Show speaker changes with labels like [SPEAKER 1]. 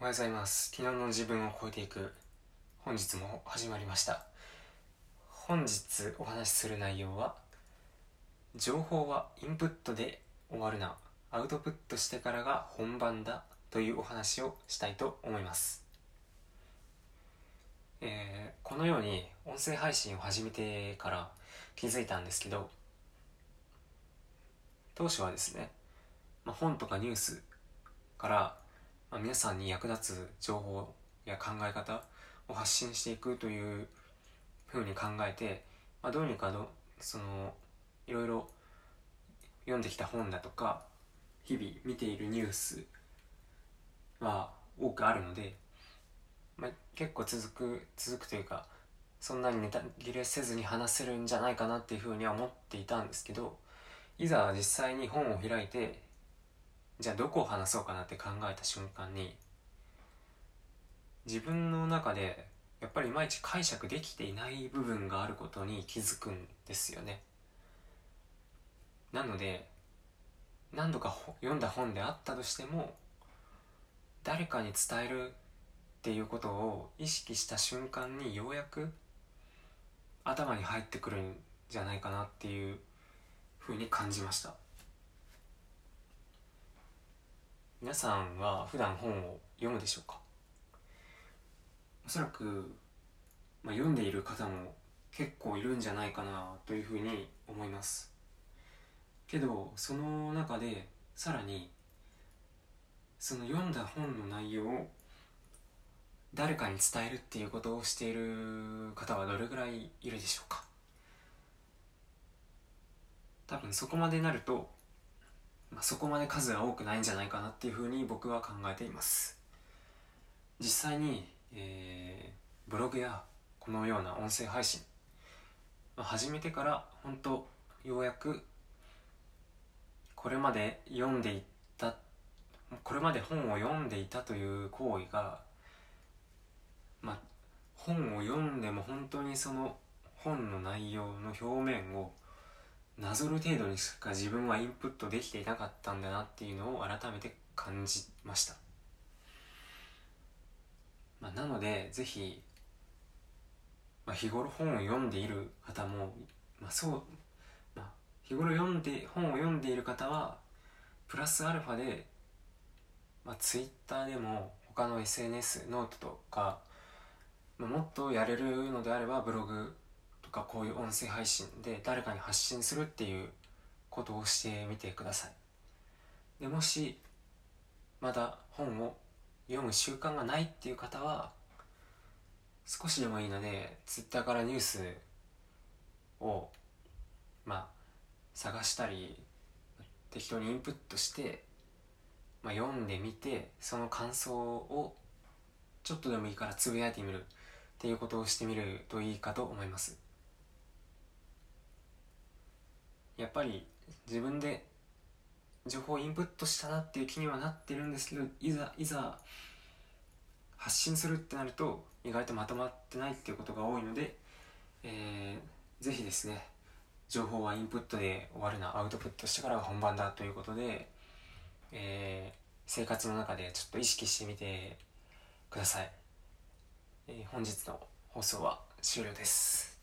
[SPEAKER 1] おはようございます。昨日の自分を超えていく本日も始まりました。本日お話しする内容は、情報はインプットで終わるな、アウトプットしてからが本番だというお話をしたいと思います。このように音声配信を始めてから気づいたんですけど、当初はですね、本とかニュースから皆さんに役立つ情報や考え方を発信していくというふうに考えて、どうにかいろいろ読んできた本だとか日々見ているニュースは多くあるので、結構続くというか、そんなにネタ切れせずに話せるんじゃないかなっていうふうには思っていたんですけど、いざ実際に本を開いて、じゃあどこを話そうかなって考えた瞬間に、自分の中でやっぱりいまいち解釈できていない部分があることに気づくんですよね。なので、何度か読んだ本であったとしても、誰かに伝えるっていうことを意識した瞬間にようやく頭に入ってくるんじゃないかなっていうふうに感じました。皆さんは普段本を読むでしょうか？おそらく、読んでいる方も結構いるんじゃないかなというふうに思います。けどその中でさらに、その読んだ本の内容を誰かに伝えるっていうことをしている方はどれぐらいいるでしょうか？多分そこまでなると、そこまで数は多くないんじゃないかなっていうふうに僕は考えています。実際に、ブログやこのような音声配信、始めてから本当ようやくこれまで本を読んでいたという行為が、本を読んでも本当にその本の内容の表面をなぞる程度にしか自分はインプットできていなかったんだなっていうのを改めて感じました。なのでぜひ、日頃本を読んでいる方も、日頃本を読んでいる方はプラスアルファで、ツイッターでも他の SNS、ノートとか、もっとやれるのであればブログとかこういう音声配信で誰かに発信するっていうことをしてみてください。でもしまだ本を読む習慣がないっていう方は、少しでもいいのでツイッターからニュースを探したり適当にインプットして、読んでみて、その感想をちょっとでもいいからつぶやいてみるっていうことをしてみるといいかと思います。やっぱり自分で情報をインプットしたなっていう気にはなってるんですけど、いざ発信するってなると意外とまとまってないっていうことが多いので、ぜひですね、情報はインプットで終わるな、アウトプットしてからが本番だということで、生活の中でちょっと意識してみてください。本日の放送は終了です。